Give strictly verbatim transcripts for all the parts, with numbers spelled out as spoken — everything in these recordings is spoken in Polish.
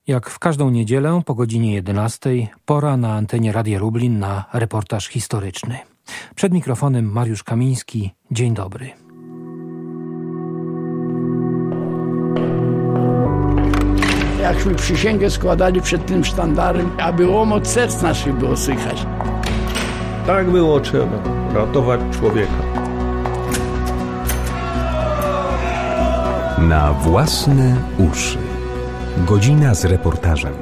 Jak w każdą niedzielę po godzinie jedenastej pora na antenie Radia Lublin na reportaż historyczny. Przed mikrofonem Mariusz Kamiński. Dzień dobry. Jakśmy przysięgę składali przed tym sztandarem, aby łomot serc naszych było słychać. Tak było trzeba, ratować człowieka. Na własne uszy. Godzina z reportażem.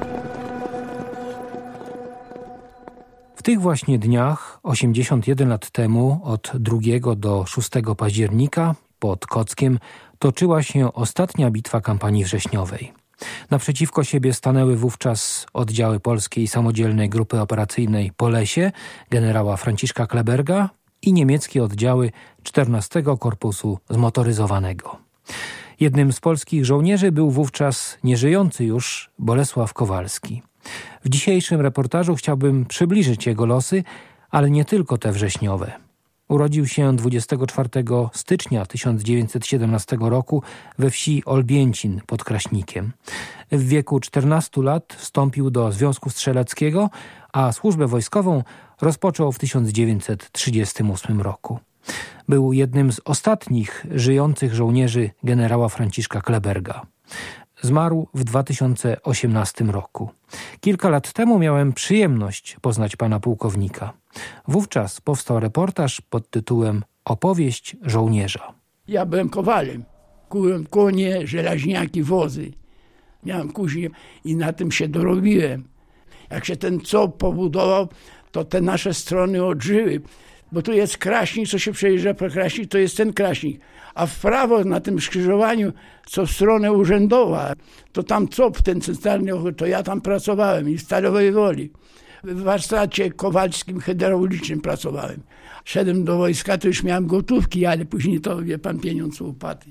W tych właśnie dniach, osiemdziesiąt jeden lat temu, od drugiego do szóstego października, pod Kockiem, toczyła się ostatnia bitwa kampanii wrześniowej. Naprzeciwko siebie stanęły wówczas oddziały Polskiej Samodzielnej Grupy Operacyjnej Polesie generała Franciszka Kleberga i niemieckie oddziały czternastego Korpusu Zmotoryzowanego. Jednym z polskich żołnierzy był wówczas nieżyjący już Bolesław Kowalski. W dzisiejszym reportażu chciałbym przybliżyć jego losy, ale nie tylko te wrześniowe. Urodził się dwudziestego czwartego stycznia tysiąc dziewięćset siedemnastego roku we wsi Olbięcin pod Kraśnikiem. W wieku czternastu lat wstąpił do Związku Strzeleckiego, a służbę wojskową rozpoczął w tysiąc dziewięćset trzydziestym ósmym roku. Był jednym z ostatnich żyjących żołnierzy generała Franciszka Kleberga. Zmarł w dwa tysiące osiemnastym roku. Kilka lat temu miałem przyjemność poznać pana pułkownika. Wówczas powstał reportaż pod tytułem Opowieść żołnierza. Ja byłem kowalem. Kułem konie, żelaźniaki, wozy. Miałem kuźnię i na tym się dorobiłem. Jak się ten C O P pobudował, to te nasze strony odżyły. Bo tu jest Kraśnik, co się przejeżdża po Kraśnik, to jest ten Kraśnik. A w prawo na tym skrzyżowaniu, co w stronę urzędowa, to tam C O P, ten centralny, to ja tam pracowałem i w Stalowej Woli. W warsztacie kowalskim, hydraulicznym pracowałem. Szedłem do wojska, to już miałem gotówki, ale później to, wie pan, pieniądz upadł.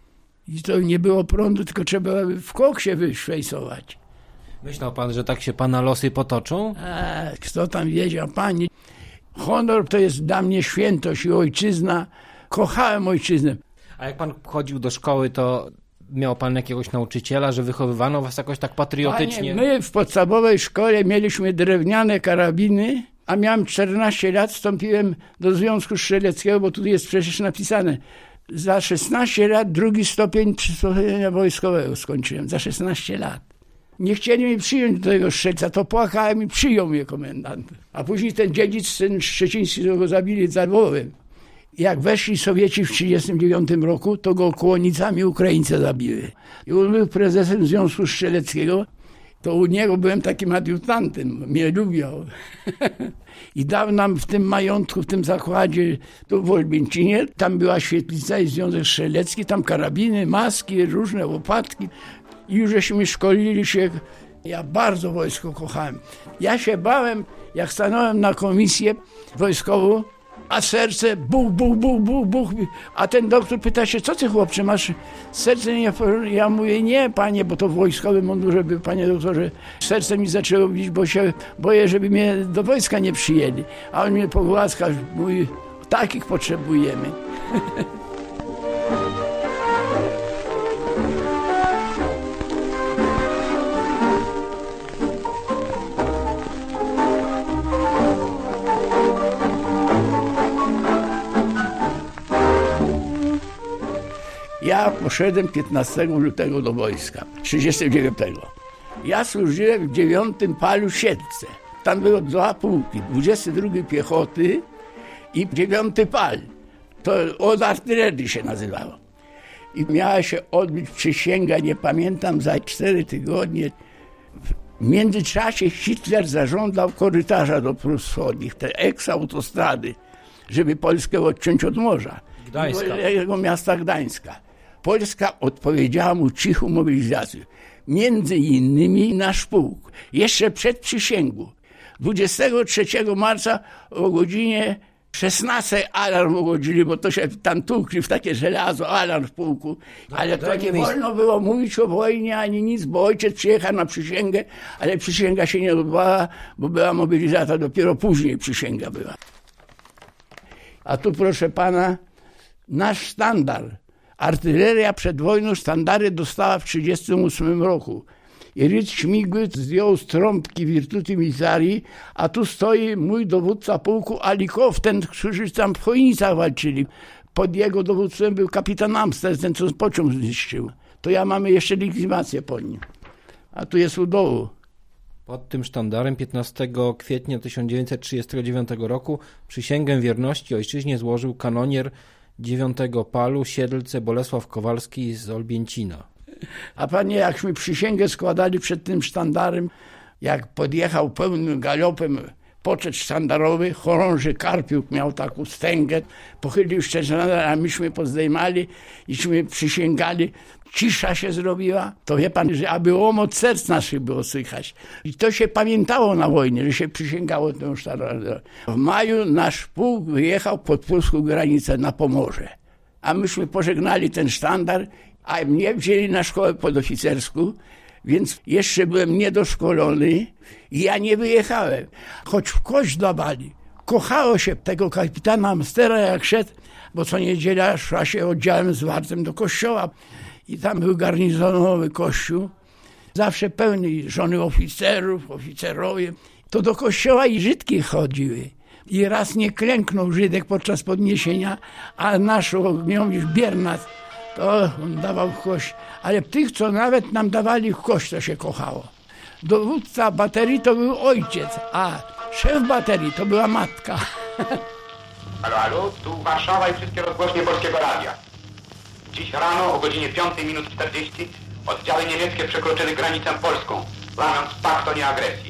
I to nie było prądu, tylko trzeba w koksie wyszwejsować. Myślał pan, że tak się pana losy potoczą? A, kto tam wiedział, panie. Honor to jest dla mnie świętość i ojczyzna. Kochałem ojczyznę. A jak pan chodził do szkoły, to miał pan jakiegoś nauczyciela, że wychowywano was jakoś tak patriotycznie? Panie, my w podstawowej szkole mieliśmy drewniane karabiny, a miałem czternaście lat, wstąpiłem do Związku Strzeleckiego, bo tu jest przecież napisane. Za szesnaście lat drugi stopień przysłuchania wojskowego skończyłem, za szesnaście lat. Nie chcieli mnie przyjąć do tego strzelca, to płakałem i przyjął mnie komendant. A później ten dziedzic, ten szczeciński, to go zabili za Lwowem. Jak weszli Sowieci w trzydziestym dziewiątym roku, to go kłonicami Ukraińcy zabiły. I on był prezesem Związku Strzeleckiego, to u niego byłem takim adiutantem, mnie lubiał. I dał nam w tym majątku, w tym zakładzie, tu w Olbięcinie, tam była świetlica i Związek Strzelecki, tam karabiny, maski, różne łopatki. I już żeśmy szkolili się, ja bardzo wojsko kochałem. Ja się bałem, jak stanąłem na komisję wojskową, a serce buch, buch, buch, buch, buch. A ten doktor pyta się, co ty chłopcze, masz serce? Nie, ja mówię, nie panie, bo to w wojskowym mundurze był, panie doktorze. Serce mi zaczęło bić, bo się boję, żeby mnie do wojska nie przyjęli. A on mnie pogłaskał, mówi, takich potrzebujemy. Ja poszedłem piętnastego lutego do wojska, trzydziestego dziewiątego. Ja służyłem w dziewiątym palu Siedlce. Tam było dwa pułki, dwudziesty drugi piechoty i dziewiąty pal. To od artylerii się nazywało. I miała się odbyć przysięga, nie pamiętam, za cztery tygodnie. W międzyczasie Hitler zażądał korytarza do Prus Wschodnich, te eks-autostrady, żeby Polskę odciąć od morza. Gdańska. Jego miasta Gdańska. Polska odpowiedziała mu cichą mobilizacją. Między innymi nasz pułk. Jeszcze przed przysięgą. dwudziestego trzeciego marca o godzinie szesnastej alarm ugodzili, bo to się tam tłukli w takie żelazo, alarm w pułku. Ale to nie wolno było mówić o wojnie ani nic, bo ojciec przyjechał na przysięgę, ale przysięga się nie odbywała, bo była mobilizacja, dopiero później przysięga była. A tu proszę pana, nasz sztandar. Artyleria przed wojną sztandary dostała w tysiąc dziewięćset trzydziestym ósmym roku. I ryc śmigły zdjął z trąbki Virtuti Militari, a tu stoi mój dowódca pułku Alikow, ten, którzy tam w Chojnicach walczyli. Pod jego dowództwem był kapitan Amster, ten co pociąg zniszczył. To ja mamy jeszcze legitymację po nim. A tu jest u dołu. Pod tym sztandarem piętnastego kwietnia tysiąc dziewięćset trzydziestego dziewiątego roku przysięgę wierności ojczyźnie złożył kanonier dziewiątego Palu Siedlce Bolesław Kowalski z Olbięcina. A panie, jakśmy przysięgę składali przed tym sztandarem, jak podjechał pełnym galopem poczet sztandarowy, chorąży Karpiuk miał taką stęgę, pochylił się sztandar, a myśmy pozdejmali iśmy przysięgali, cisza się zrobiła. To wie pan, że aby łomot serc naszych było słychać. I to się pamiętało na wojnie, że się przysięgało tę sztandar. W maju nasz pułk wyjechał pod polską granicę na Pomorze, a myśmy pożegnali ten sztandar, a mnie wzięli na szkołę podoficerską, więc jeszcze byłem niedoszkolony i ja nie wyjechałem. Choć w kość dawali. Kochało się tego kapitana Amstera, jak szedł, bo co niedziela szła się oddziałem zwartym do kościoła. I tam był garnizonowy kościół, zawsze pełny żony oficerów, oficerowie. To do kościoła i Żydki chodziły. I raz nie klęknął Żydek podczas podniesienia, a nasz ogniomistrz Biernat, to on dawał w kość. Ale tych, co nawet nam dawali w kość, to się kochało. Dowódca baterii to był ojciec, a szef baterii to była matka. Halo, halo, tu Warszawa i wszystkie rozgłośnie Polskiego Radia. Dziś rano o godzinie piątej minut czterdzieści oddziały niemieckie przekroczyły granicę polską, łamiąc pakt o nieagresji.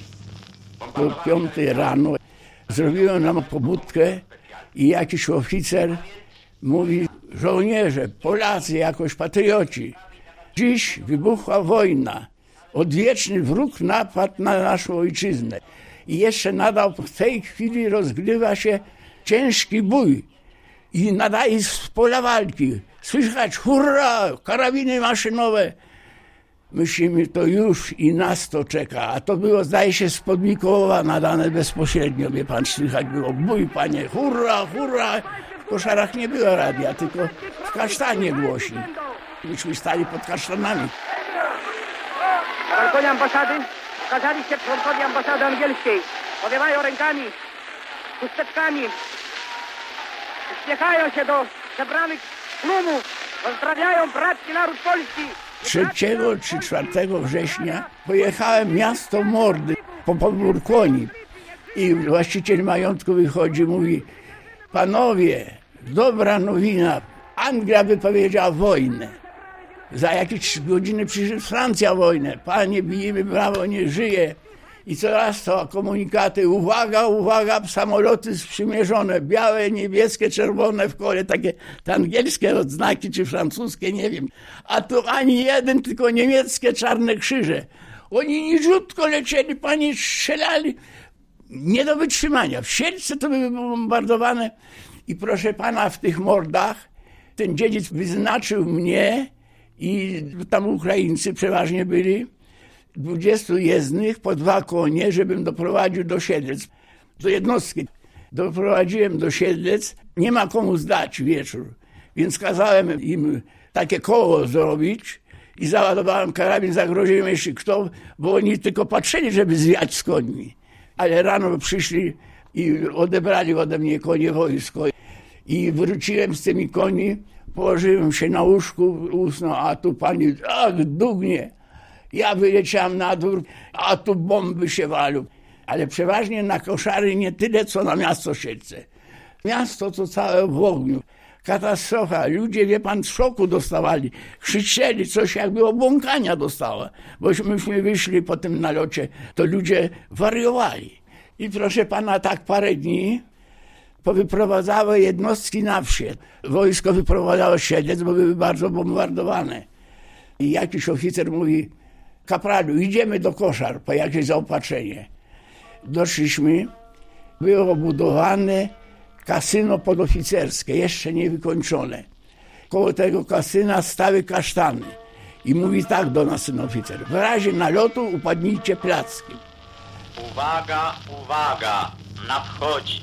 O piątej rano zrobiłem nam pobudkę i jakiś oficer mówi: żołnierze, Polacy, jakoś patrioci, dziś wybuchła wojna. Odwieczny wróg napadł na naszą ojczyznę. I jeszcze nadal w tej chwili rozgrywa się ciężki bój. I nadaje z pola walki. Słychać hurra, karabiny maszynowe. Myślimy, to już i nas to czeka. A to było, zdaje się, spod Mikołowa nadane bezpośrednio. Wie pan, słychać było bój, panie, hurra, hurra. W Koszarach nie było radia, tylko w kasztanie głośni. Myśmy stali pod kasztanami. Na balkonie ambasady ukazali się członkowie ambasady angielskiej. Powiewają rękami, chusteczkami. Uśmiechają się do zebranych tłumów. Pozdrawiają bratki naród polski. trzeciego czy czwartego września pojechałem miasto Mordy po pobór koni. I właściciel majątku wychodzi, mówi: panowie, dobra nowina, Anglia wypowiedziała wojnę. Za jakieś trzy godziny przyszedł Francja wojnę. Panie, bijemy brawo, nie żyje. I coraz to komunikaty: uwaga, uwaga, samoloty sprzymierzone, białe, niebieskie, czerwone w kole, takie te angielskie odznaki, czy francuskie, nie wiem. A tu ani jeden, tylko niemieckie czarne krzyże. Oni niziutko lecieli, panie, strzelali. Nie do wytrzymania. W Siedlce to były bombardowane. I proszę pana, w tych mordach ten dziedzic wyznaczył mnie i tam Ukraińcy przeważnie byli, dwudziestu jezdnych po dwa konie, żebym doprowadził do Siedlec, do jednostki. Doprowadziłem do Siedlec, nie ma komu zdać wieczór, więc kazałem im takie koło zrobić i załadowałem karabin, zagroziłem jeszcze kto, bo oni tylko patrzyli, żeby zwiać z końmi. Ale rano przyszli i odebrali ode mnie konie wojsko. I wróciłem z tymi koni, położyłem się na łóżku, usnął, a tu pani, ach, dugnie. Ja wyleciałem na dwór, a tu bomby się walą. Ale przeważnie na Koszary nie tyle, co na miasto Siedlce. Miasto to całe w ogniu. Katastrofa. Ludzie, wie pan, z szoku dostawali. Krzyczeli, coś jakby obłąkania dostała. Bośmy wyszli po tym nalocie, to ludzie wariowali. I proszę pana, tak parę dni powyprowadzały jednostki na wsie. Wojsko wyprowadzało Siedlec, bo były bardzo bombardowane. I jakiś oficer mówi: kapralu, idziemy do Koszar po jakieś zaopatrzenie. Doszliśmy, było budowane kasyno podoficerskie, jeszcze nie wykończone. Koło tego kasyna stały kasztany. I mówi tak do nas ten oficer: w razie nalotu upadnijcie plackiem. Uwaga, uwaga, nadchodzi.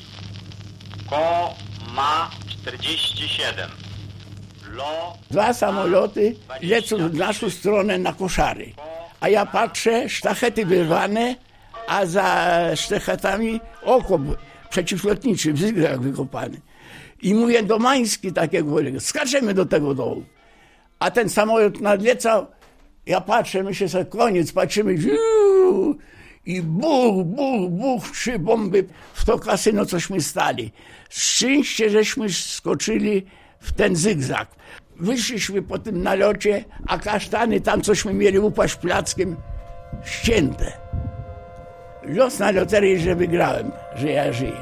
Ko ma czterdzieści siedem. Lo Dwa samoloty lecą w naszą stronę na Koszary. A ja patrzę, sztachety wyrwane, a za sztachetami okop przeciwlotniczy, w zygzak wykopany. I mówię do Mański takiego, skaczemy do tego dołu. A ten samolot nadlecał, ja patrzę, myślę sobie, koniec, patrzymy, ziu, i buch, buch, buch, trzy bomby w to kasyno, cośmy stali. Szczęście, żeśmy skoczyli w ten zygzak. Wyszliśmy po tym nalocie, a kasztany tam, cośmy mieli upaść plackiem, ścięte. Los na loterii, że wygrałem, że ja żyję.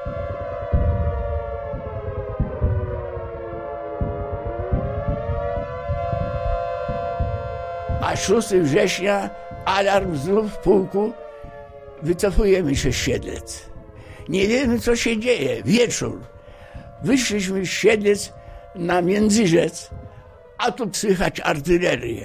A szóstego września alarm znów w pułku, wycofujemy się z Siedlec. Nie wiemy, co się dzieje. Wieczór. Wyszliśmy z Siedlec na Międzyrzec, a tu słychać artylerię.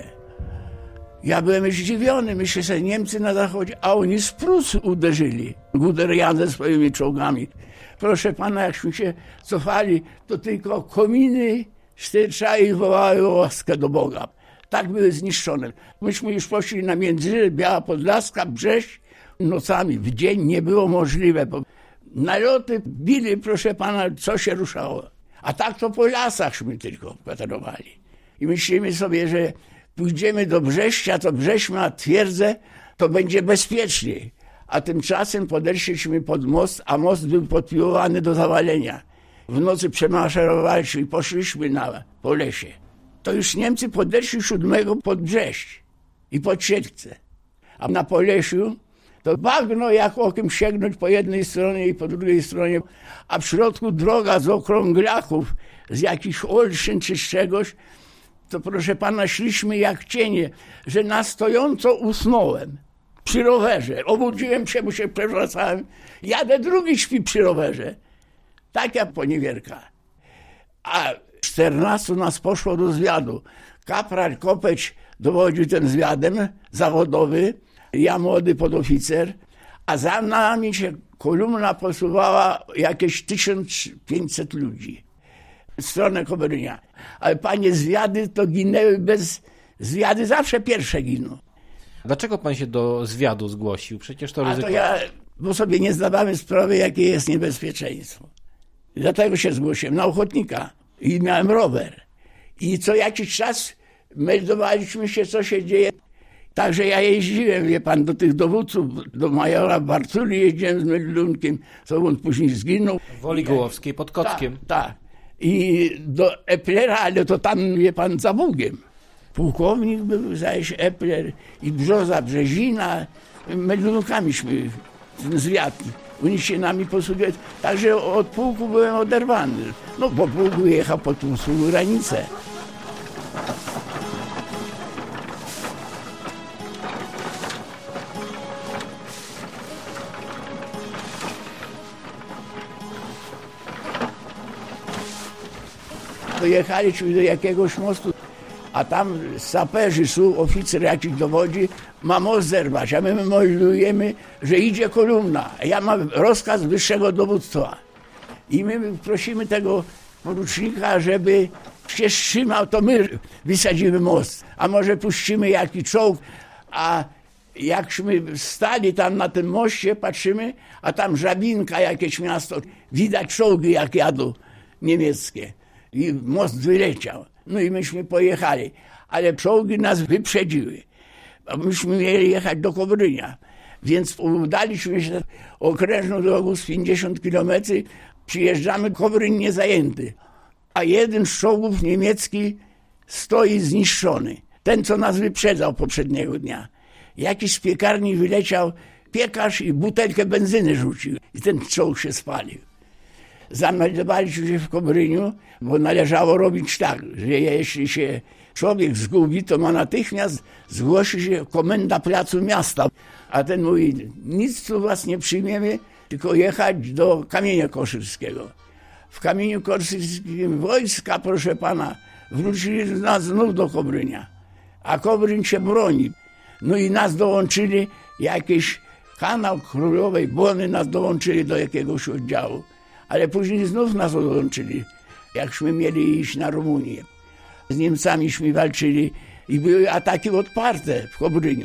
Ja byłem zdziwiony, myślę sobie, Niemcy na zachodzie, a oni z Prus uderzyli. Guderian ze swoimi czołgami. Proszę pana, jakśmy się cofali, to tylko kominy sterczały i wołały o łaskę do Boga. Tak były zniszczone. Myśmy już poszli na Międzyrzec, Biała Podlaska, Brześć. Nocami, w dzień nie było możliwe. Bo naloty bili, proszę pana, co się ruszało. A tak to po lasachśmy tylko patrolowali. I myślimy sobie, że pójdziemy do Brześcia, to Brześć ma twierdzę, to będzie bezpieczniej. A tymczasem podeszliśmy pod most, a most był podpiłowany do zawalenia. W nocy przemaszerowaliśmy i poszliśmy na, po lesie. To już Niemcy podeszli siódmego pod Brześć i pod Siedlce. A na Polesiu to bagno jak okiem sięgnąć po jednej stronie i po drugiej stronie, a w środku droga z okrąglaków, z jakichś olszyn czy z czegoś, to proszę pana, szliśmy jak cienie, że na stojąco usnąłem przy rowerze. Obudziłem się, bo się przewracałem. Jadę, drugi śpi przy rowerze. Taka poniewierka. A czternastu nas poszło do zwiadu. Kapral Kopeć dowodził tym zwiadem, zawodowy, ja młody podoficer, a za nami się kolumna posuwała jakieś tysiąc pięćset ludzi w stronę Kobrynia. Ale panie, zwiady to ginęły bez... Zwiady zawsze pierwsze giną. Dlaczego pan się do zwiadu zgłosił? Przecież to ryzyko... A to ja, bo sobie nie zdawałem sprawy, jakie jest niebezpieczeństwo. Dlatego się zgłosiłem na ochotnika i miałem rower. I co jakiś czas meldowaliśmy się, co się dzieje. Także ja jeździłem, wie pan, do tych dowódców, do majora Bartuli jeździłem z meldunkiem, co on później zginął. W Woli Gołowskiej pod Kockiem. Tak, tak. I do Eplera, ale to tam, wie pan, za Bugiem. Pułkownik był, zdaje się, Epler i Brzoza, Brzezina. Meldunkamiśmy ten zwiat. Oni się nami posługiwali. Także od pułku byłem oderwany. No, bo pułku jechał po tą swoją granicę. Dojechaliśmy do jakiegoś mostu, a tam saperzy są, oficer jakiś dowodzi, ma most zerwać, a my meldujemy, że idzie kolumna. Ja mam rozkaz wyższego dowództwa. I my prosimy tego porucznika, żeby się wstrzymał, to my wysadzimy most. A może puścimy jakiś czołg, a jakśmy stali tam na tym moście, patrzymy, a tam Żabinka, jakieś miasto, widać czołgi jak jadą niemieckie. I most wyleciał. No i myśmy pojechali. Ale czołgi nas wyprzedziły. A myśmy mieli jechać do Kobrynia. Więc udaliśmy się okrężną drogą z pięćdziesiąt kilometrów. Przyjeżdżamy, Kobryń niezajęty. A jeden z czołgów niemiecki stoi zniszczony. Ten, co nas wyprzedzał poprzedniego dnia. Jakiś z piekarni wyleciał piekarz i butelkę benzyny rzucił. I ten czołg się spalił. Zameldowaliśmy się w Kobryniu, bo należało robić tak, że jeśli się człowiek zgubi, to ma natychmiast zgłosić się komenda placu miasta. A ten mówi, nic tu was nie przyjmiemy, tylko jechać do Kamienia Koszyrskiego. W Kamieniu Koszyskim wojska, proszę pana, wrócili nas znów do Kobrynia. A Kobryń się broni. No i nas dołączyli, jakiś kanał Królowej Błony nas dołączyli do jakiegoś oddziału. Ale później znów nas odłączyli, jakśmy mieli iść na Rumunię. Z Niemcamiśmy walczyli i były ataki odparte w Kobryniu.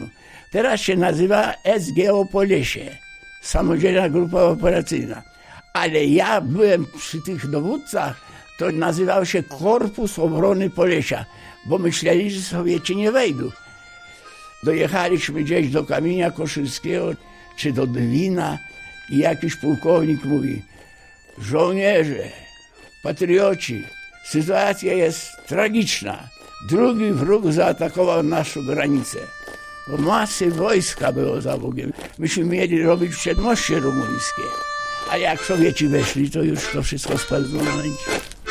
Teraz się nazywa S G Opolesie, Samodzielna Grupa Operacyjna. Ale ja byłem przy tych dowódcach, to nazywał się Korpus Obrony Polesia, bo myśleli, że Sowieci nie wejdą. Dojechaliśmy gdzieś do Kamienia Koszylskiego czy do Dywina i jakiś pułkownik mówi: żołnierze, patrioci, sytuacja jest tragiczna. Drugi wróg zaatakował naszą granicę. Bo masy wojska było za Bogiem. Myśmy mieli robić przedmoście rumuńskie. A jak Sowieci weszli, to już to wszystko spadło na nic.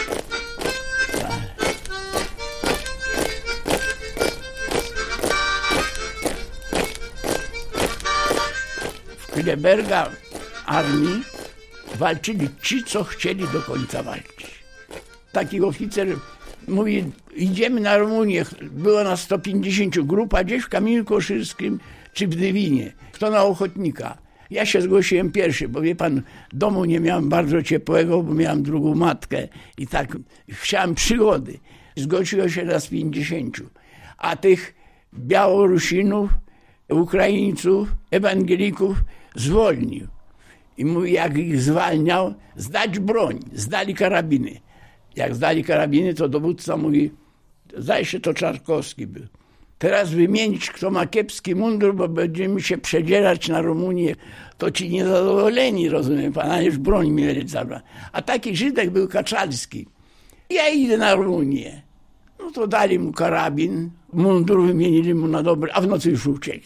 W Kleberga armii walczyli ci, co chcieli do końca walczyć. Taki oficer mówi: idziemy na Rumunię. Było nas sto pięćdziesiąt, grupa gdzieś w Kamieniu Koszyrskim czy w Dywinie. Kto na ochotnika? Ja się zgłosiłem pierwszy, bo wie pan, domu nie miałem bardzo ciepłego, bo miałem drugą matkę i tak chciałem przygody. Zgłosiło się nas pięćdziesięciu. A tych Białorusinów, Ukraińców, ewangelików zwolnił. I mówi, jak ich zwalniał, zdać broń. Zdali karabiny. Jak zdali karabiny, to dowódca mówi: zdaje się, to Czarkowski był. Teraz wymienić, kto ma kiepski mundur, bo będziemy się przedzierać na Rumunię. To ci niezadowoleni, rozumiem pan, a już broń mieli zabrać. A taki Żydek był Kaczalski. Ja idę na Rumunię. No to dali mu karabin, mundur wymienili mu na dobry, a w nocy już uciekł.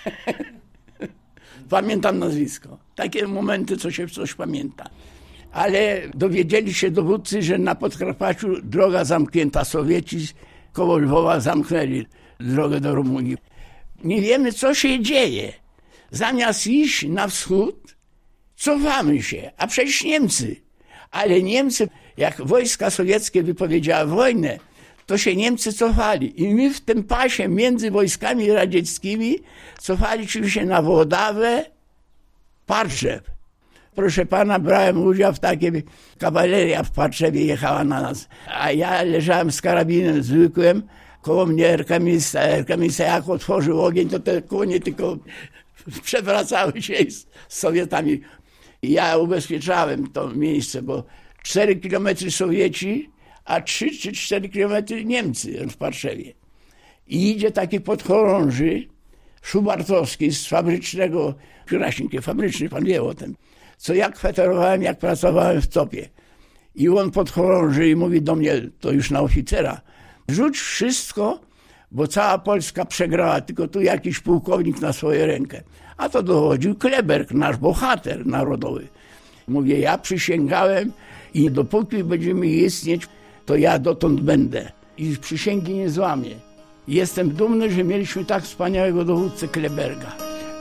Pamiętam nazwisko. Takie momenty, co się coś pamięta. Ale dowiedzieli się dowódcy, że na Podkarpaciu droga zamknięta. Sowieci koło Lwowa zamknęli drogę do Rumunii. Nie wiemy, co się dzieje. Zamiast iść na wschód, cofamy się, a przecież Niemcy. Ale Niemcy, jak wojska sowieckie wypowiedziały wojnę, to się Niemcy cofali. I my w tym pasie między wojskami radzieckimi cofaliśmy się na Włodawę, Parczew. Proszę pana, brałem udział w takiej, kawaleria w Parczewie jechała na nas, a ja leżałem z karabinem zwykłym, koło mnie erkamista, erkamista jak otworzył ogień, to te konie tylko przewracały się z Sowietami. Ja ubezpieczałem to miejsce, bo cztery kilometry Sowieci, a trzy czy cztery kilometry Niemcy w Parczewie. I idzie taki podchorąży Szubartowski z fabrycznego, Kraśnik fabryczny, pan wie o tym, co ja kweterowałem, jak pracowałem w topie. I on podchorąży i mówi do mnie, to już na oficera: rzuć wszystko, bo cała Polska przegrała, tylko tu jakiś pułkownik na swoją rękę. A to dochodził Kleberg, nasz bohater narodowy. Mówię, ja przysięgałem i dopóki będziemy istnieć, to ja dotąd będę. I przysięgi nie złamię. Jestem dumny, że mieliśmy tak wspaniałego dowódcę Kleberga.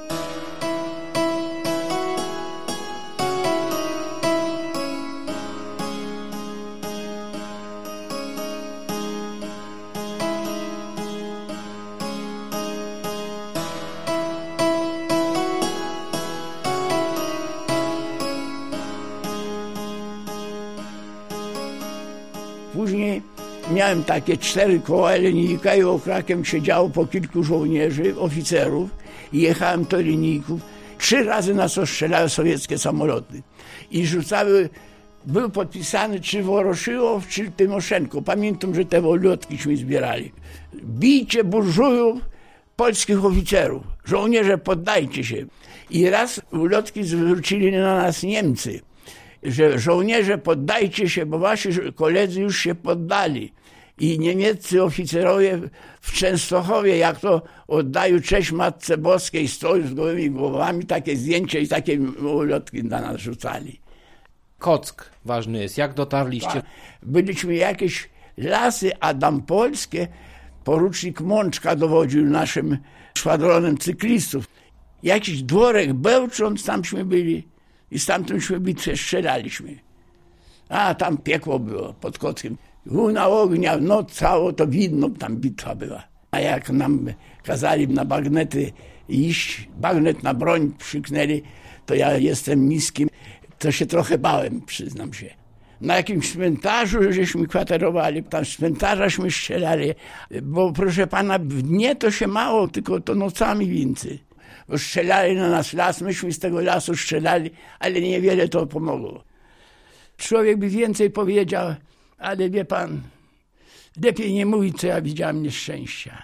Później miałem takie cztery koła linijka i okrakiem siedziało po kilku żołnierzy, oficerów i jechałem do linijków. Trzy razy nas ostrzelały sowieckie samoloty i rzucały, był podpisany czy Woroszyłow, czy Tymoszenko. Pamiętam, że te ulotkiśmy zbierali. Bijcie burżujów, polskich oficerów. Żołnierze, poddajcie się. I raz ulotki zwrócili na nas Niemcy, że żołnierze, poddajcie się, bo wasi koledzy już się poddali. I niemieccy oficerowie w Częstochowie, jak to oddają cześć Matce Boskiej, stoją z gołymi głowami, takie zdjęcia i takie ulotki na nas rzucali. Kock ważny jest. Jak dotarliście? Byliśmy jakieś lasy adampolskie. Porucznik Mączka dowodził naszym szwadronem cyklistów. Jakiś dworek Bełcząc, tamśmy byli i stamtądśmy bitwę strzelaliśmy. A tam piekło było pod Kockiem. Łuna ognia, no cało to widno, tam bitwa była. A jak nam kazali na bagnety iść, bagnet na broń przyknęli, to ja jestem niskim, to się trochę bałem, przyznam się. Na jakimś cmentarzu żeśmy kwaterowali, tam z cmentarzaśmy strzelali, bo proszę pana, w dnie to się mało, tylko to nocami więcej. Bo strzelali na nas las, myśmy z tego lasu strzelali, ale niewiele to pomogło. Człowiek by więcej powiedział, ale wie pan, lepiej nie mówić, co ja widziałem nieszczęścia.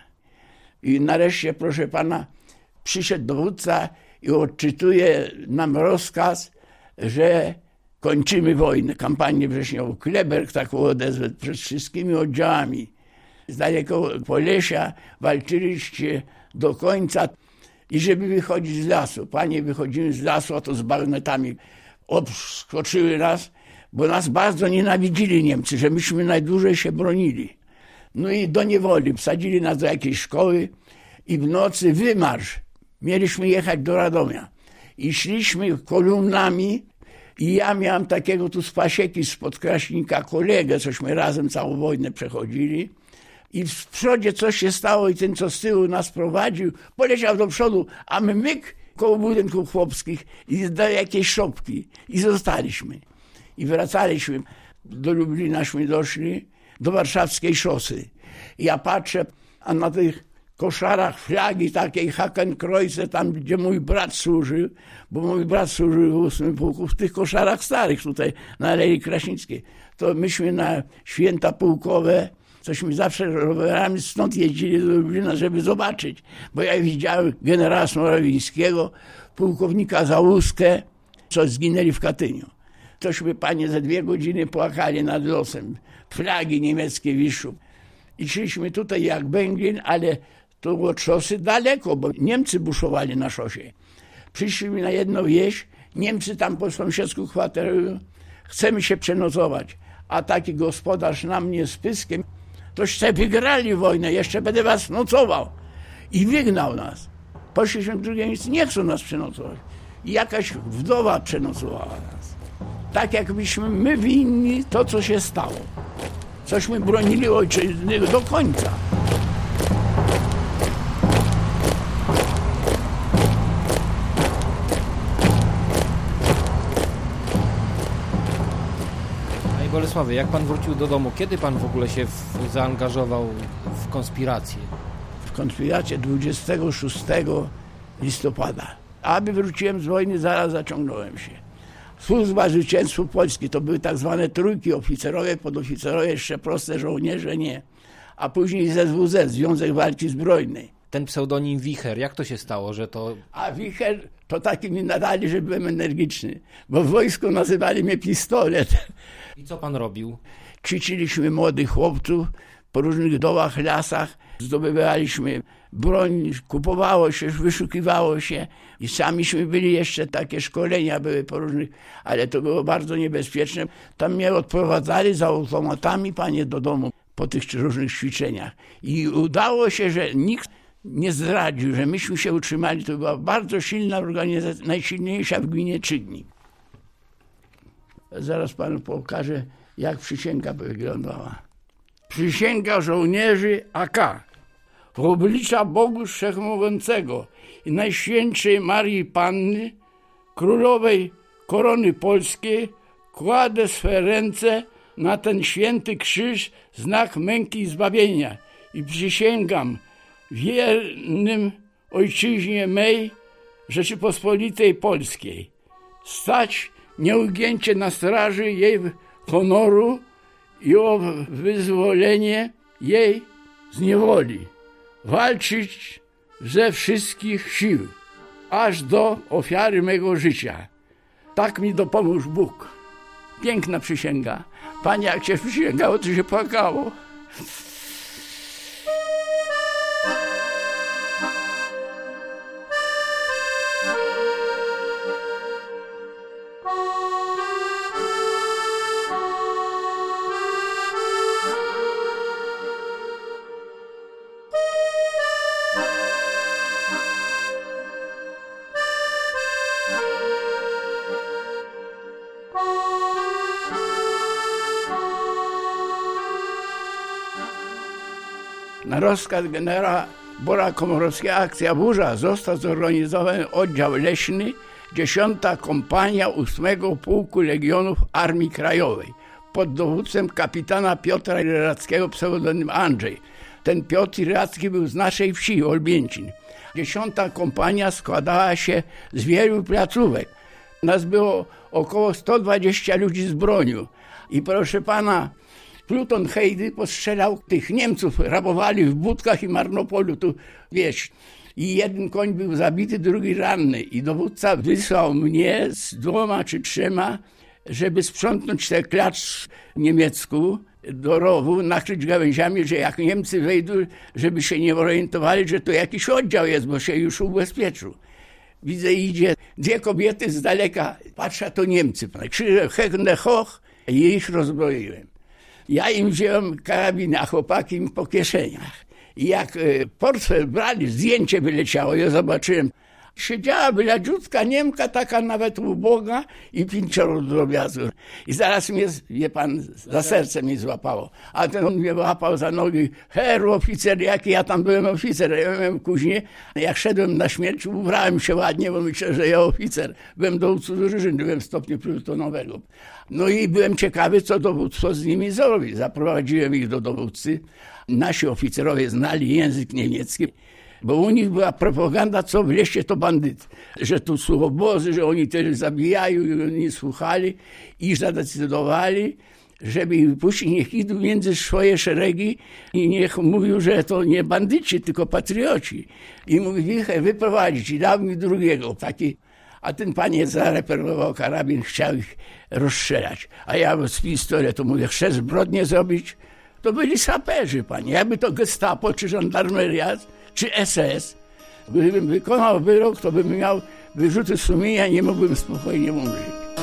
I nareszcie, proszę pana, przyszedł dowódca i odczytuje nam rozkaz, że kończymy wojnę, kampanię wrześniową. Kleberg taką odezwę przed wszystkimi oddziałami. Z daleko Polesia walczyliście do końca i żeby wychodzić z lasu. Panie, wychodzimy z lasu, a to z bagnetami obskoczyły nas, bo nas bardzo nienawidzili Niemcy, że myśmy najdłużej się bronili. No i do niewoli wsadzili nas do jakiejś szkoły i w nocy wymarsz. Mieliśmy jechać do Radomia. I szliśmy kolumnami i ja miałem takiego tu z pasieki, spod Kraśnika kolegę, cośmy razem całą wojnę przechodzili. I w przodzie coś się stało i ten, co z tyłu nas prowadził, poleciał do przodu, a my myk koło budynków chłopskich i do jakiejś szopki. I zostaliśmy. I wracaliśmy. Do Lublinaśmy doszli, do warszawskiej szosy. I ja patrzę, a na tych koszarach flagi takiej Hakenkreuze, tam gdzie mój brat służył, bo mój brat służył w ósmym pułku, w tych koszarach starych tutaj na Alei Kraśnickiej. To myśmy na święta pułkowe, cośmy zawsze rowerami stąd jeździli do Lublina, żeby zobaczyć. Bo ja widziałem generała Smorawińskiego, pułkownika Załuskę, co zginęli w Katyniu. Tośmy, panie, ze dwie godziny płakali nad losem. Flagi niemieckie wiszą. I szliśmy tutaj jak Bęglin, ale to od szosy daleko, bo Niemcy buszowali na szosie. Przyszliśmy na jedną wieś, Niemcy tam po sąsiedzku kwaterują. Chcemy się przenocować. A taki gospodarz na mnie z pyskiem, toście wygrali wojnę, jeszcze będę was nocował. I wygnał nas. Poszliśmy w drugie miejsce, nie chcą nas przenocować. I jakaś wdowa przenocowała nas. Tak jakbyśmy my winni to, co się stało. Cośmy bronili ojczyzny do końca. Panie Bolesławie, jak pan wrócił do domu, kiedy pan w ogóle się w, zaangażował w konspirację? W konspirację dwudziestego szóstego listopada. Aby wróciłem z wojny, zaraz zaciągnąłem się. Służba Zwycięstwu Polski, to były tak zwane trójki, oficerowie, podoficerowie, jeszcze proste żołnierze nie. A później Z W Z, Związek Walki Zbrojnej. Ten pseudonim Wicher, jak to się stało, że to... A Wicher to taki mi nadali, że byłem energiczny, bo w wojsku nazywali mnie pistolet. I co pan robił? Ćwiczyliśmy młodych chłopców po różnych dołach, lasach, zdobywaliśmy broń, kupowało się, wyszukiwało się i samiśmy byli jeszcze, takie szkolenia były po różnych, ale to było bardzo niebezpieczne. Tam mnie odprowadzali za automatami, panie, do domu po tych różnych ćwiczeniach i udało się, że nikt nie zdradził, że myśmy się utrzymali. To była bardzo silna organizacja, najsilniejsza w gminie Czydnik. Zaraz panu pokażę, jak przysięga wyglądała. Przysięga żołnierzy A K. W oblicza Bogu Wszechmogącego i Najświętszej Marii Panny, Królowej Korony Polskiej, kładę swe ręce na ten święty krzyż, znak męki i zbawienia i przysięgam wiernym ojczyźnie mej, Rzeczypospolitej Polskiej, stać nieugięcie na straży jej honoru i o wyzwolenie jej z niewoli, walczyć ze wszystkich sił, aż do ofiary mego życia. Tak mi dopomóż Bóg. Piękna przysięga. Panie, jak się przysięgało, to się płakało. Na rozkaz generała Bora Komorowskiego akcja Burza został zorganizowany oddział leśny, dziesiąta kompania ósmego Pułku Legionów Armii Krajowej. pod dowództwem kapitana Piotra Ryrackiego, pseudonim Andrzej. Ten Piotr Ryracki był z naszej wsi, Olbięcin. Dziesiąta kompania składała się z wielu placówek. Nas było około sto dwadzieścia ludzi z bronią. I proszę pana, pluton Hejdy postrzelał tych Niemców, rabowali w Budkach i Marnopolu, tu wieś. I jeden koń był zabity, drugi ranny. I dowódca wysłał mnie z dwoma czy trzema, żeby sprzątnąć tę klacz niemiecką do rowu, nakryć gałęziami, że jak Niemcy wejdą, żeby się nie orientowali, że to jakiś oddział jest, bo się już ubezpieczył. Widzę, idzie dwie kobiety z daleka, patrzę, to Niemcy. Krzyczę hechne hoch i ich rozbroiłem. Ja im wziąłem karabiny, a chłopaki im po kieszeniach. I jak portfel brali, zdjęcie wyleciało, ja zobaczyłem. Siedziała bladziutka Niemka, taka nawet uboga i pięcioro drobiazgów. I zaraz mnie, wie pan, za serce mi złapało. A ten on mnie łapał za nogi. Herr oficer, jaki ja tam byłem oficer. Ja byłem później, jak szedłem na śmierć, ubrałem się ładnie, bo myślę, że ja oficer. Byłem dowódcą drużyny, byłem w stopniu plutonowego. No i byłem ciekawy, co dowództwo z nimi zrobi. Zaprowadziłem ich do dowódcy. Nasi oficerowie znali język niemiecki. Bo u nich była propaganda, co w lesie to bandyty. Że tu są obozy, że oni też zabijają i oni słuchali i zadecydowali, żeby ich wypuścić, niech idą między swoje szeregi i niech mówią, że to nie bandyci, tylko patrioci. I mówi, wichę wyprowadzić i dał mi drugiego taki. A ten panie zareperował karabin, chciał ich rozstrzelać. A ja z pistoletu mówię, chcę zbrodnię zrobić? To byli saperzy, panie. Jakby to gestapo, czy żandarmeria, czy S S. Gdybym wykonał wyrok, to bym miał wyrzuty sumienia, nie mógłbym spokojnie umrzeć.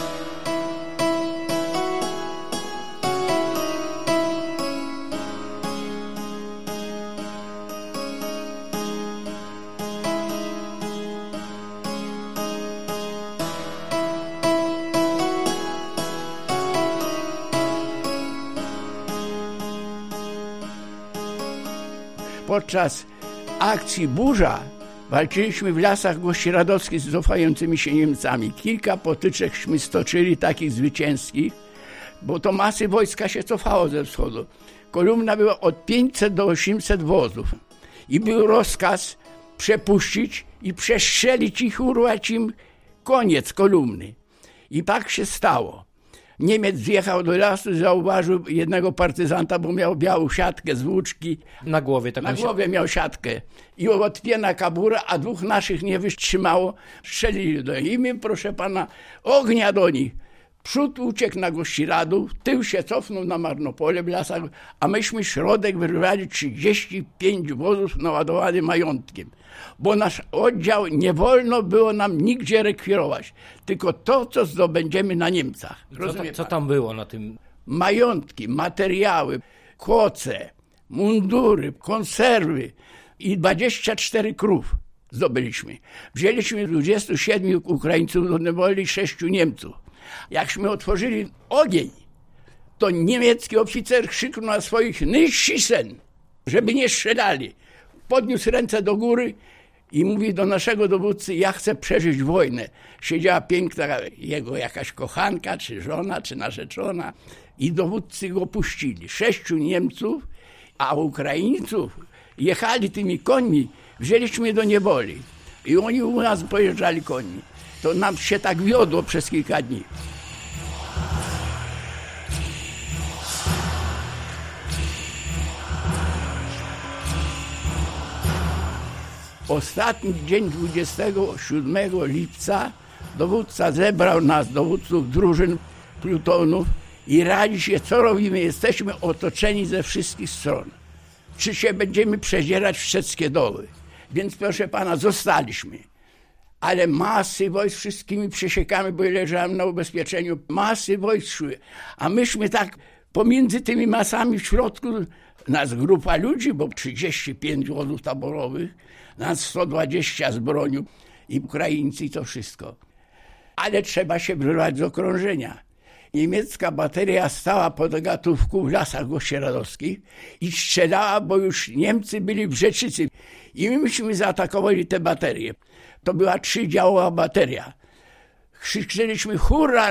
Podczas akcji Burza walczyliśmy w lasach gościeradowskich z cofającymi się Niemcami. Kilka potyczekśmy stoczyli takich zwycięskich, bo to masy wojska się cofało ze wschodu. Kolumna była od pięćset do osiemset wozów i był rozkaz przepuścić i przestrzelić ich, urwać im koniec kolumny. I tak się stało. Niemiec wjechał do lasu, zauważył jednego partyzanta, bo miał białą siatkę z włóczki. Na głowie taką Na głowie miał siatkę. I odpięta kabura, a dwóch naszych nie wytrzymało. Strzelili do nich. I my, proszę pana, ognia do nich. Przód uciekł na Gościradów, tył się cofnął na Marnopole w lasach, a myśmy środek wyrwali trzydzieści pięć wozów naładowanych majątkiem. Bo nasz oddział nie wolno było nam nigdzie rekwirować, tylko to, co zdobędziemy na Niemcach. Co, ta, co tam było na tym? Majątki, materiały, koce, mundury, konserwy i dwadzieścia cztery krów zdobyliśmy. Wzięliśmy dwudziestu siedmiu Ukraińców do niewoli, sześciu Niemców. Jakśmy otworzyli ogień, to niemiecki oficer krzyknął na swoich nyszisen, żeby nie strzelali. Podniósł ręce do góry i mówi do naszego dowódcy, ja chcę przeżyć wojnę. Siedziała piękna jego jakaś kochanka, czy żona, czy narzeczona i dowódcy go puścili. Sześciu Niemców, a Ukraińców jechali tymi końmi, wzięliśmy do niewoli i oni u nas pojeżdżali koni. To nam się tak wiodło przez kilka dni. Ostatni dzień dwudziestego siódmego lipca dowódca zebrał nas, dowódców drużyn, plutonów i radzi się, co robimy. Jesteśmy otoczeni ze wszystkich stron. Czy się będziemy przedzierać w Szczeckie Doły? Więc proszę pana, zostaliśmy. Ale masy wojsk wszystkimi przesiekami, bo leżałem na ubezpieczeniu, masy wojsk szły. A myśmy tak pomiędzy tymi masami w środku, nas grupa ludzi, bo trzydzieści pięć wozów taborowych, nas sto dwadzieścia z bronią i Ukraińcy i to wszystko. Ale trzeba się wyrwać z okrążenia. Niemiecka bateria stała pod Gatówką w lasach gościeradowskich i strzelała, bo już Niemcy byli w Rzeczycy. I myśmy zaatakowali te baterie. To była trzydziałowa bateria. Krzyczeliśmy hurra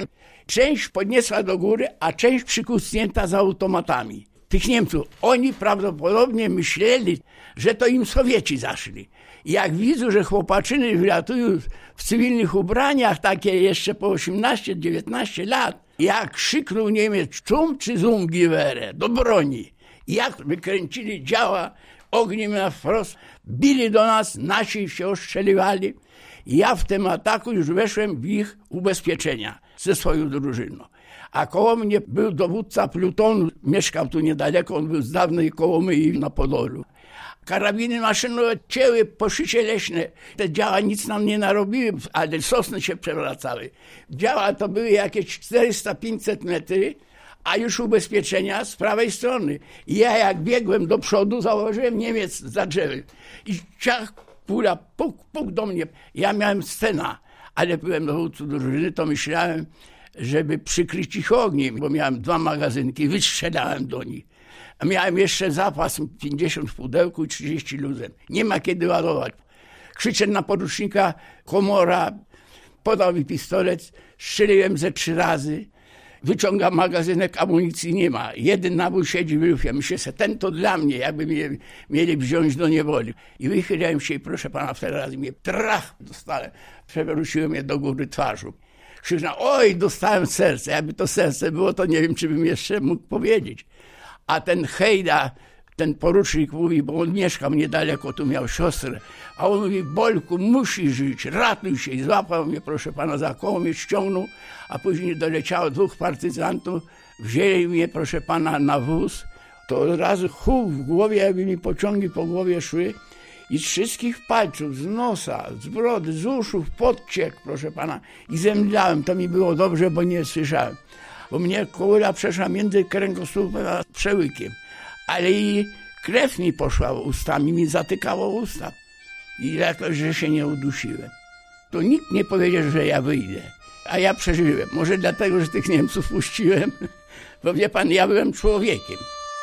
Część podniosła do góry, a część przykucnięta za automatami. Tych Niemców, oni prawdopodobnie myśleli, że to im Sowieci zaszli. I jak widzą, że chłopaczyny wylatują w cywilnych ubraniach, takie jeszcze po osiemnaście dziewiętnaście lat, jak krzyknął Niemiec, czum czy zum giwere, do broni. I jak wykręcili działa ogniem na wprost, bili do nas, nasi się ostrzeliwali. I ja w tym ataku już weszłem w ich ubezpieczenia ze swoją drużyną. A koło mnie był dowódca plutonu, mieszkał tu niedaleko, on był z dawnej Kołomyi na Podolu. Karabiny maszynowe cięły poszycie leśne. Te działa nic nam nie narobiły, ale sosny się przewracały. Działa to były jakieś czterysta pięćset metry, a już ubezpieczenia z prawej strony. I ja jak biegłem do przodu, zauważyłem Niemiec za drzewem. I ciach, kula, puk, puk do mnie. Ja miałem scena, ale byłem dowódcą drużyny, to myślałem, żeby przykryć ich ogniem, bo miałem dwa magazynki, wystrzelałem do nich. A miałem jeszcze zapas pięćdziesiąt w pudełku i trzydzieści luzem. Nie ma kiedy ładować. Krzyczę na porucznika, komora, podał mi pistolet, strzeliłem ze trzy razy, wyciągam magazynek, amunicji nie ma. Jeden nabój siedzi w lufie. Myślę sobie, ten to dla mnie, jakby mnie mieli wziąć do niewoli. I wychyliłem się i proszę pana, w ten raz mnie trach dostałem. Przewróciłem je do góry twarzą. Krzyczał, oj, dostałem serce. Jakby to serce było, to nie wiem, czy bym jeszcze mógł powiedzieć. A ten Hejda, ten porucznik mówi, bo on mieszkał niedaleko, tu miał siostrę, a on mówi, Bolku, musisz żyć, ratuj się. I złapał mnie, proszę pana, za koło mnie ściągnął, a później doleciało dwóch partyzantów, wzięli mnie, proszę pana, na wóz. To od razu huk w głowie, jakby mi pociągi po głowie szły i z wszystkich palców, z nosa, z brody, z uszów, podciek, proszę pana, i zemdlałem. To mi było dobrze, bo nie słyszałem. Bo mnie kołyla przeszła między kręgosłupem a przełykiem. Ale i krew mi poszła ustami, mi zatykało usta. I jakoś, że się nie udusiłem. To nikt nie powiedział, że ja wyjdę. A ja przeżyłem. Może dlatego, że tych Niemców puściłem. Bo wie pan, ja byłem człowiekiem.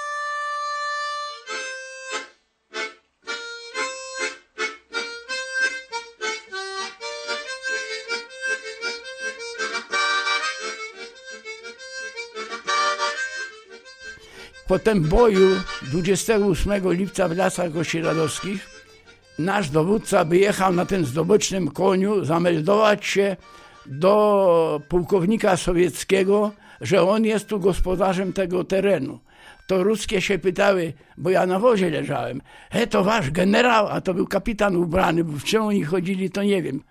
Po tym boju dwudziestego ósmego lipca w Lasach Kościeradowskich nasz dowódca wyjechał na tym zdobycznym koniu zameldować się do pułkownika sowieckiego, że on jest tu gospodarzem tego terenu. To ruskie się pytały, bo ja na wozie leżałem, he, to wasz generał, a to był kapitan ubrany, bo w czym oni chodzili, to nie wiem.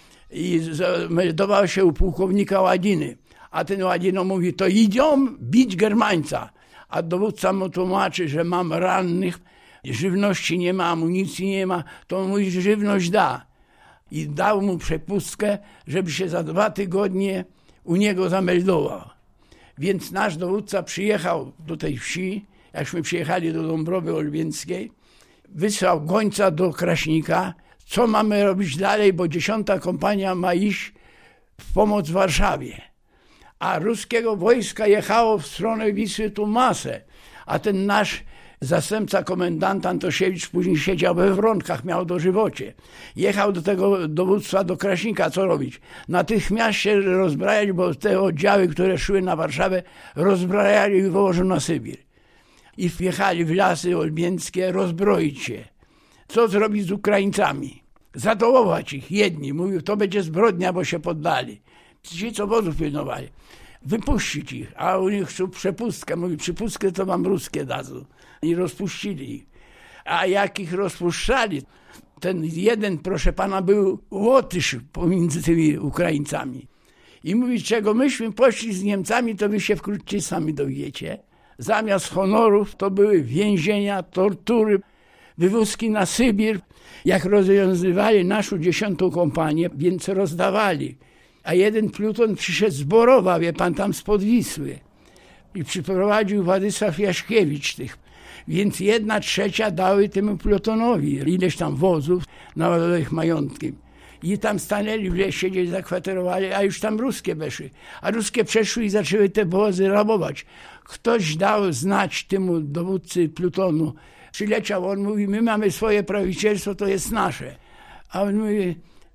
I zameldował się u pułkownika Ładziny, a ten Ładzino mówi, to idą bić Germańca. A dowódca mu tłumaczy, że mam rannych, żywności nie ma, amunicji nie ma, to on mówi, że żywność da. I dał mu przepustkę, żeby się za dwa tygodnie u niego zameldował. Więc nasz dowódca przyjechał do tej wsi, jakśmy przyjechali do Dąbrowy Olbieńskiej, wysłał gońca do Kraśnika, co mamy robić dalej, bo dziesiąta kompania ma iść w pomoc Warszawie. A ruskiego wojska jechało w stronę Wisły tu masę, a ten nasz zastępca komendanta Antosiewicz później siedział we Wronkach, miał dożywocie. Jechał do tego dowództwa do Kraśnika, co robić? Natychmiast się rozbrajać, bo te oddziały, które szły na Warszawę, rozbrajali i wywożą na Sybir. I wjechali w Lasy Olbieńskie rozbroić się. Co zrobić z Ukraińcami? Zadołować ich. Jedni mówił, to będzie zbrodnia, bo się poddali. Ci, co wozów pilnowali. Wypuścić ich, a u nich chcą przepustkę. Mówi, przepustkę to wam ruskie dadzą. I rozpuścili ich. A jak ich rozpuszczali, ten jeden, proszę pana, był Łotysz pomiędzy tymi Ukraińcami. I mówi, czego myśmy poszli z Niemcami, to wy się wkrótce sami dowiecie. Zamiast honorów to były więzienia, tortury, wywózki na Sybir. Jak rozwiązywali naszą dziesiątą kompanię, więc rozdawali. A jeden pluton przyszedł z Borowa, wie pan, tam spod Wisły. I przyprowadził Władysław Jaśkiewicz tych. Więc jedna trzecia dały temu plutonowi ileś tam wozów naładowanych majątkiem. I tam stanęli w lesie, gdzieś zakwaterowali, a już tam ruskie weszły. A ruskie przeszły i zaczęły te wozy rabować. Ktoś dał znać temu dowódcy plutonu. Przyleciał, on mówi, my mamy swoje prawicielstwo, to jest nasze. A on mówi,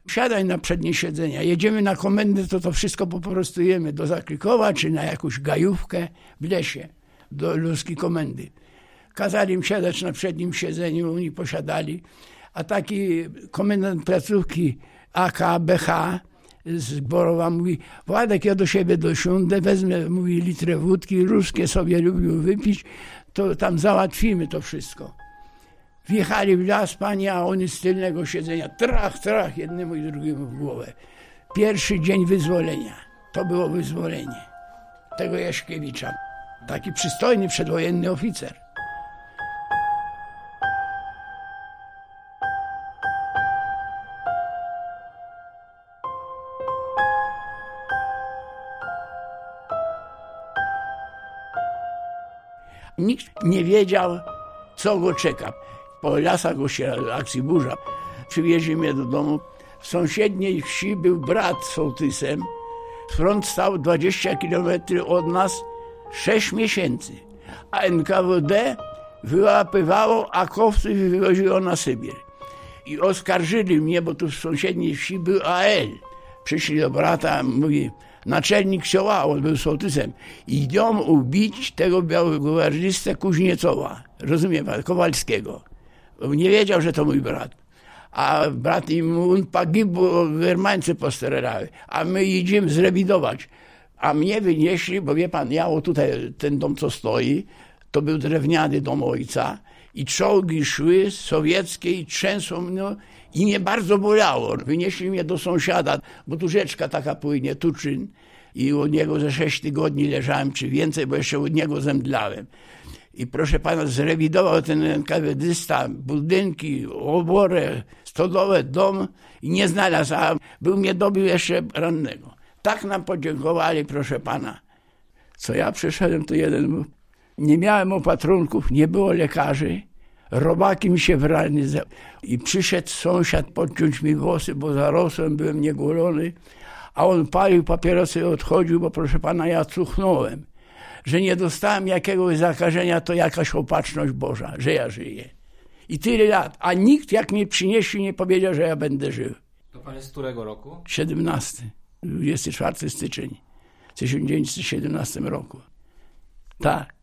Siadaj na przednie siedzenia, jedziemy na komendę, to to wszystko po prostu jemy do Zakrykowa, czy na jakąś gajówkę w lesie, do ludzkiej komendy. Kazali im siadać na przednim siedzeniu, oni posiadali, a taki komendant placówki A K B H z Borowa mówi: Władek, ja do siebie dosiądę, wezmę, mówi, litrę wódki, ruskie sobie lubił wypić, to tam załatwimy to wszystko. Wjechali w las, panie, a oni z tylnego siedzenia, trach, trach, jednemu i drugiemu w głowę. Pierwszy dzień wyzwolenia, to było wyzwolenie tego Jaśkiewicza. Taki przystojny, przedwojenny oficer. Nikt nie wiedział, co go czeka. Po lasach go akcji burza. Przywieźli mnie do domu. W sąsiedniej wsi był brat z sołtysem. Front stał dwadzieścia kilometrów od nas sześć miesięcy. A N K W D wyłapywało akowców i wywoziło na Sybir. I oskarżyli mnie, bo tu w sąsiedniej wsi był A L. Przyszli do brata, mówi: naczelnik sioła, on był sołtysem, idą ubić tego białogwardistę Kuźniecowa, rozumie pan, Kowalskiego. Nie wiedział, że to mój brat. A brat im on pogib, bo Germańcy postererały, a my idziemy zrewidować. A mnie wynieśli, bo wie pan, ja o tutaj ten dom, co stoi, to był drewniany dom ojca i czołgi szły sowieckie i trzęsą, no, i mnie bardzo bolało. Wynieśli mnie do sąsiada, bo tu rzeczka taka płynie, Tuczyn, i u niego ze sześć tygodni leżałem, czy więcej, bo jeszcze u niego zemdlałem. I proszę pana, zrewidował ten N K W D-sta budynki, oborę, stodołę, dom i nie znalazł, a był mnie dobił jeszcze rannego. Tak nam podziękowali, proszę pana. Co ja przyszedłem, to jeden, nie miałem opatrunków, nie było lekarzy, robaki mi się wrali i przyszedł sąsiad podciąć mi włosy, bo zarosłem, byłem niegolony, a on palił papierosy i odchodził, bo proszę pana, ja cuchnąłem, że nie dostałem jakiegoś zakażenia, to jakaś opatrzność Boża, że ja żyję. I tyle lat, a nikt jak mnie przynieśli, nie powiedział, że ja będę żył. To pan jest z którego roku? siedemnasty, dwudziestego czwartego stycznia w tysiąc dziewięćset siedemnastym roku. Tak.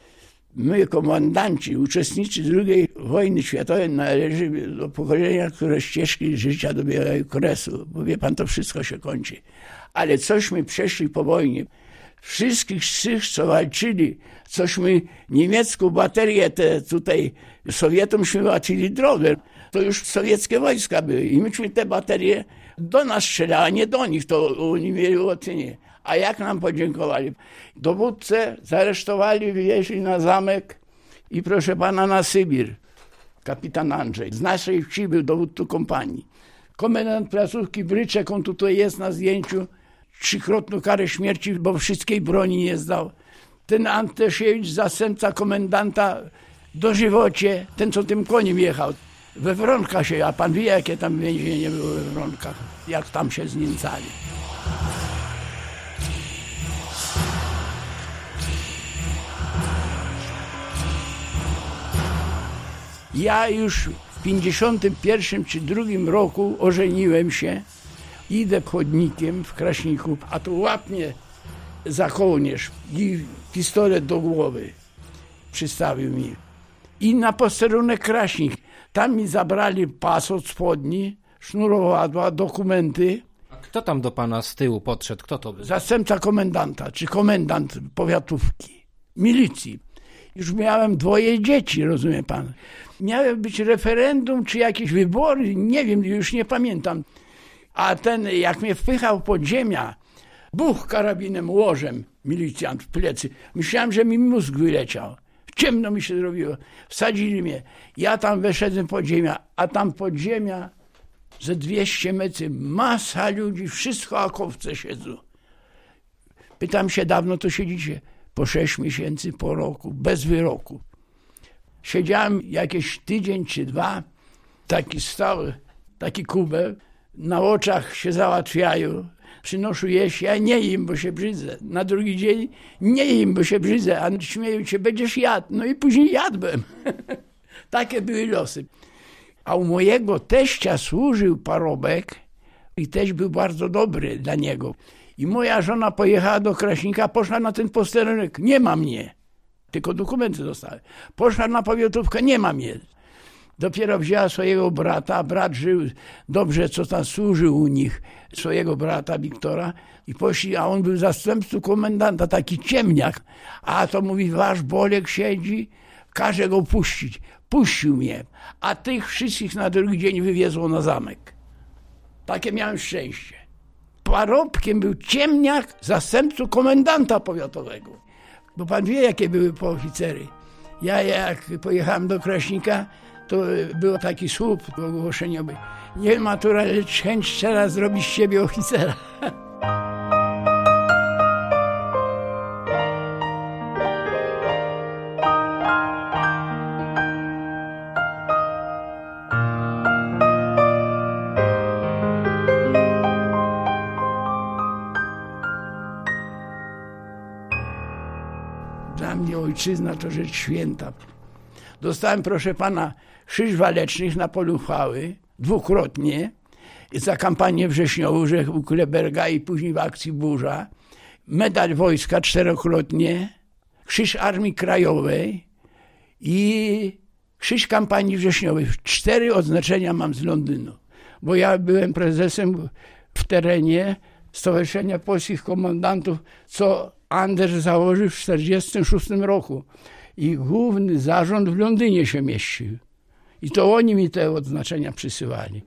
My, komandanci, uczestnicy drugiej wojny światowej, należymy do pokolenia, które ścieżki życia dobierają kresu, bo wie pan, to wszystko się kończy. Ale cośmy przeszli po wojnie. Wszystkich z tych, co walczyli, cośmy niemiecką baterię, te tutaj Sowietomśmy łatwili drogę. To już sowieckie wojska były i myśmy te baterie do nas strzelali, a nie do nich, to oni mieli ułatwienie. A jak nam podziękowali? Dowódcę zaresztowali, wywieźli na zamek i proszę pana na Sybir. Kapitan Andrzej. Z naszej wsi był dowódcą kompanii. Komendant placówki Bryczek, on tutaj jest na zdjęciu, trzykrotną karę śmierci, bo wszystkiej broni nie zdał. Ten Antasiewicz, zastępca komendanta, dożywocie, ten co tym koniem jechał. We Wronkach się, a pan wie, jakie tam więzienie było we Wronkach, jak tam się znęcali. Ja już w pięćdziesiątym pierwszym czy drugim roku ożeniłem się, idę chodnikiem w Kraśniku, a tu łapnie za kołnierz i pistolet do głowy przystawił mi. I na posterunek Kraśnik. Tam mi zabrali pas od spodni, sznurowadła, dokumenty. A kto tam do pana z tyłu podszedł? Kto to był? Zastępca komendanta, czy komendant powiatówki, milicji. Już miałem dwoje dzieci, rozumie pan. Miały być referendum, czy jakieś wybory, nie wiem, już nie pamiętam. A ten, jak mnie wpychał podziemia, buch karabinem, łożem, milicjant w plecy. Myślałem, że mi mózg wyleciał. Ciemno mi się zrobiło. Wsadzili mnie. Ja tam wyszedłem podziemia, a tam podziemia ze dwieście metrów, masa ludzi, wszystko akowce siedzą. Pytam się, dawno to siedzicie? Po sześć miesięcy, po roku, bez wyroku. Siedziałem jakieś tydzień czy dwa, taki stały, taki kubel, na oczach się załatwiają, przynoszą jeść, ja nie im, bo się brzydzę. Na drugi dzień nie im, bo się brzydzę, a śmieją się, będziesz jadł. No i później jadłem. Takie były losy. A u mojego teścia służył parobek I teść był bardzo dobry dla niego. I moja żona pojechała do Kraśnika, poszła na ten posterunek, nie ma mnie. Tylko dokumenty dostałem. Poszła na powiatówkę, nie ma mnie. Dopiero wzięła swojego brata, brat żył dobrze, co tam służył u nich, swojego brata Wiktora i poszli, a on był zastępcą komendanta, taki ciemniak. A to mówi, wasz Bolek siedzi, każe go puścić. Puścił mnie, a tych wszystkich na drugi dzień wywiezło na zamek. Takie miałem szczęście. Parobkiem był ciemniak, zastępcą komendanta powiatowego. Bo pan wie, jakie były pooficery. Ja jak pojechałem do Kraśnika, to był taki słup ogłoszeniowy. Nie matura, lecz chęć szczera zrobić z siebie oficera. Dla mnie ojczyzna to rzecz święta. Dostałem, proszę pana, Krzyż Walecznych na polu chwały dwukrotnie za kampanię wrześniową u Kleberga i później w akcji Burza. Medal wojska czterokrotnie, Krzyż Armii Krajowej i Krzyż Kampanii Wrześniowej. Cztery odznaczenia mam z Londynu, bo ja byłem prezesem w terenie Stowarzyszenia Polskich Komendantów, co Anders założył w tysiąc dziewięćset czterdziestym szóstym roku. I główny zarząd w Londynie się mieścił. I to oni mi te odznaczenia przysyłali.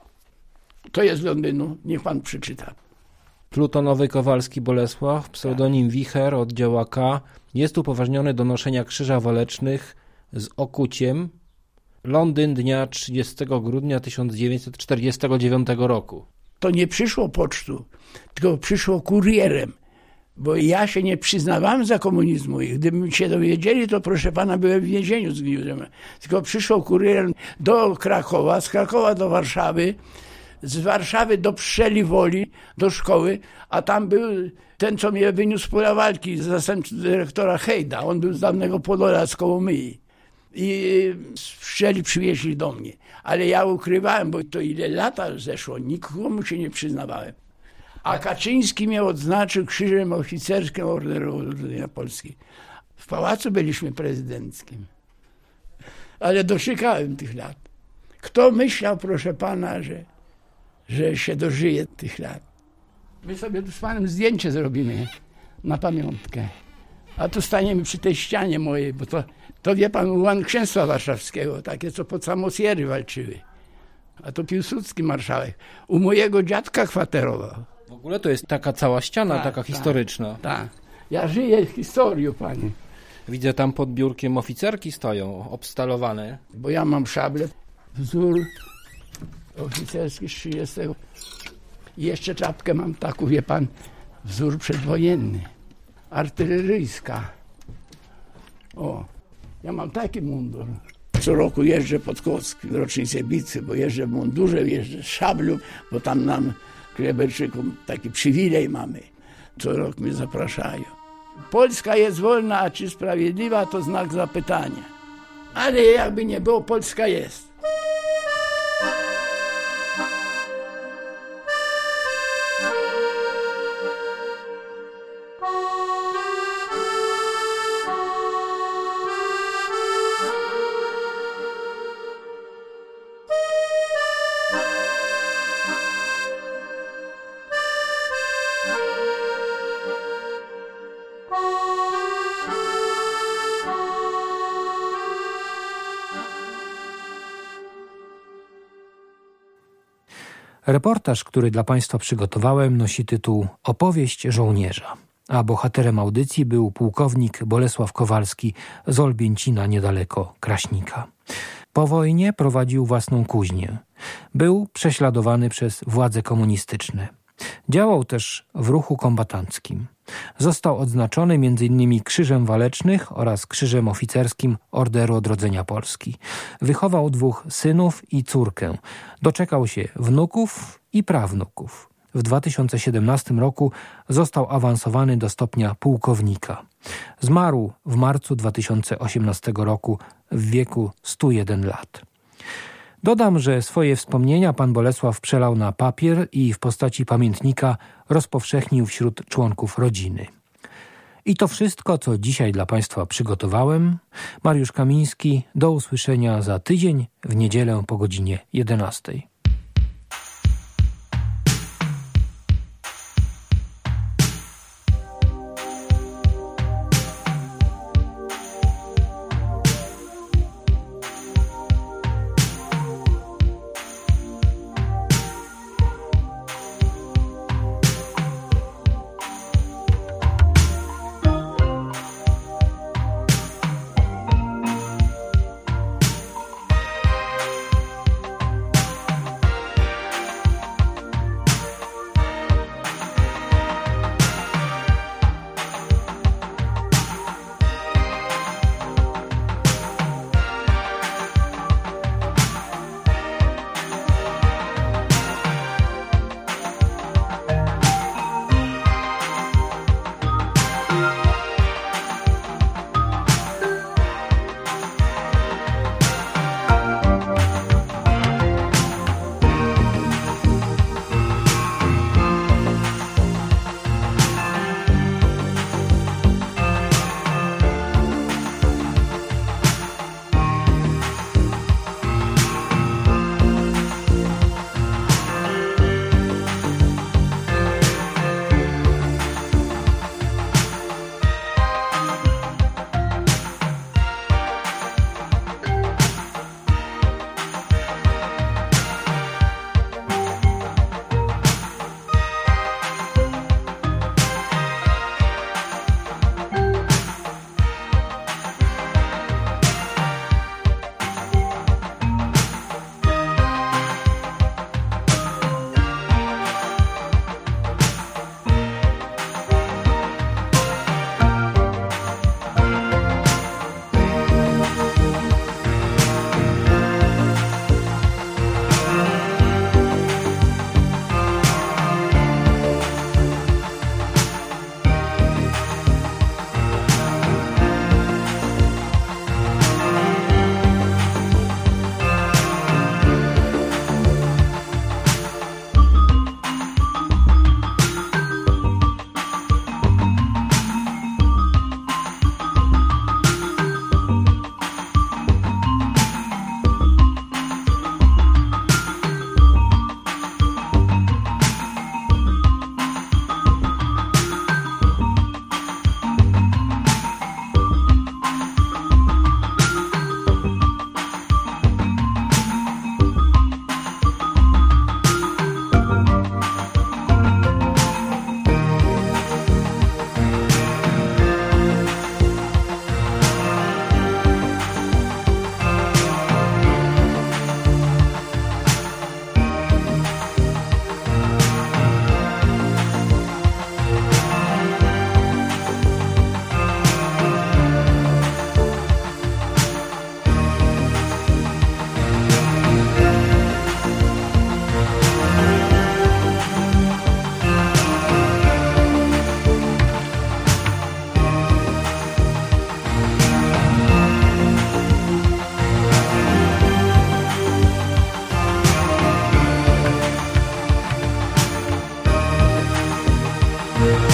To jest z Londynu, niech pan przeczyta. Plutonowy Kowalski Bolesław, pseudonim Wicher, oddział A K, jest upoważniony do noszenia krzyża walecznych z okuciem. Londyn dnia trzydziestego grudnia tysiąc dziewięćset czterdziestego dziewiątego roku. To nie przyszło pocztą, tylko przyszło kurierem. Bo ja się nie przyznawałem za komunizmu i gdybym się dowiedzieli, to proszę pana, byłem w więzieniu z Gniudzem. Tylko przyszło kurierem do Krakowa, z Krakowa do Warszawy, z Warszawy do Pszczeliwoli, do szkoły, a tam był ten, co mnie wyniósł z pola walki, zastępca dyrektora Hejda. On był z dawnego Podola, z Kołomyi. I z Pszczeli przywieźli do mnie. Ale ja ukrywałem, bo to ile lata zeszło, nikomu się nie przyznawałem. A Kaczyński mnie odznaczył krzyżem oficerskim Orderu Odrodzenia Polski. W pałacu byliśmy prezydenckim. Ale doczekałem tych lat. Kto myślał, proszę pana, że, że się dożyje tych lat? My sobie z panem zdjęcie zrobimy na pamiątkę. A tu staniemy przy tej ścianie mojej, bo to, to wie pan, ułan księstwa warszawskiego, takie co pod Samosiery walczyły. A to Piłsudski marszałek. U mojego dziadka kwaterował. W ogóle to jest taka cała ściana, tak, taka tak, historyczna. Tak. Ja żyję historią, panie. Widzę, tam pod biurkiem oficerki stoją, obstalowane. Bo ja mam szablę, wzór oficerski z trzydziestego. I jeszcze czapkę mam taką, wie pan, wzór przedwojenny. Artyleryjska. O, ja mam taki mundur. Co roku jeżdżę pod Kock w rocznicę bitwy, bo jeżdżę w mundurze, jeżdżę z szablą, bo tam nam Kleberczykom taki przywilej mamy. Co rok mnie zapraszają. Polska jest wolna, a czy sprawiedliwa, to znak zapytania. Ale jakby nie było, Polska jest. Reportaż, który dla Państwa przygotowałem, nosi tytuł Opowieść żołnierza, a bohaterem audycji był pułkownik Bolesław Kowalski z Olbięcina niedaleko Kraśnika. Po wojnie prowadził własną kuźnię. Był prześladowany przez władze komunistyczne. Działał też w ruchu kombatanckim. Został odznaczony między innymi Krzyżem Walecznych oraz Krzyżem Oficerskim Orderu Odrodzenia Polski. Wychował dwóch synów i córkę. Doczekał się wnuków i prawnuków. W dwa tysiące siedemnastym roku został awansowany do stopnia pułkownika. Zmarł w marcu dwa tysiące osiemnastego roku w wieku stu jeden lat. Dodam, że swoje wspomnienia pan Bolesław przelał na papier i w postaci pamiętnika rozpowszechnił wśród członków rodziny. I to wszystko, co dzisiaj dla Państwa przygotowałem. Mariusz Kamiński, do usłyszenia za tydzień w niedzielę po godzinie jedenastej. Thank you.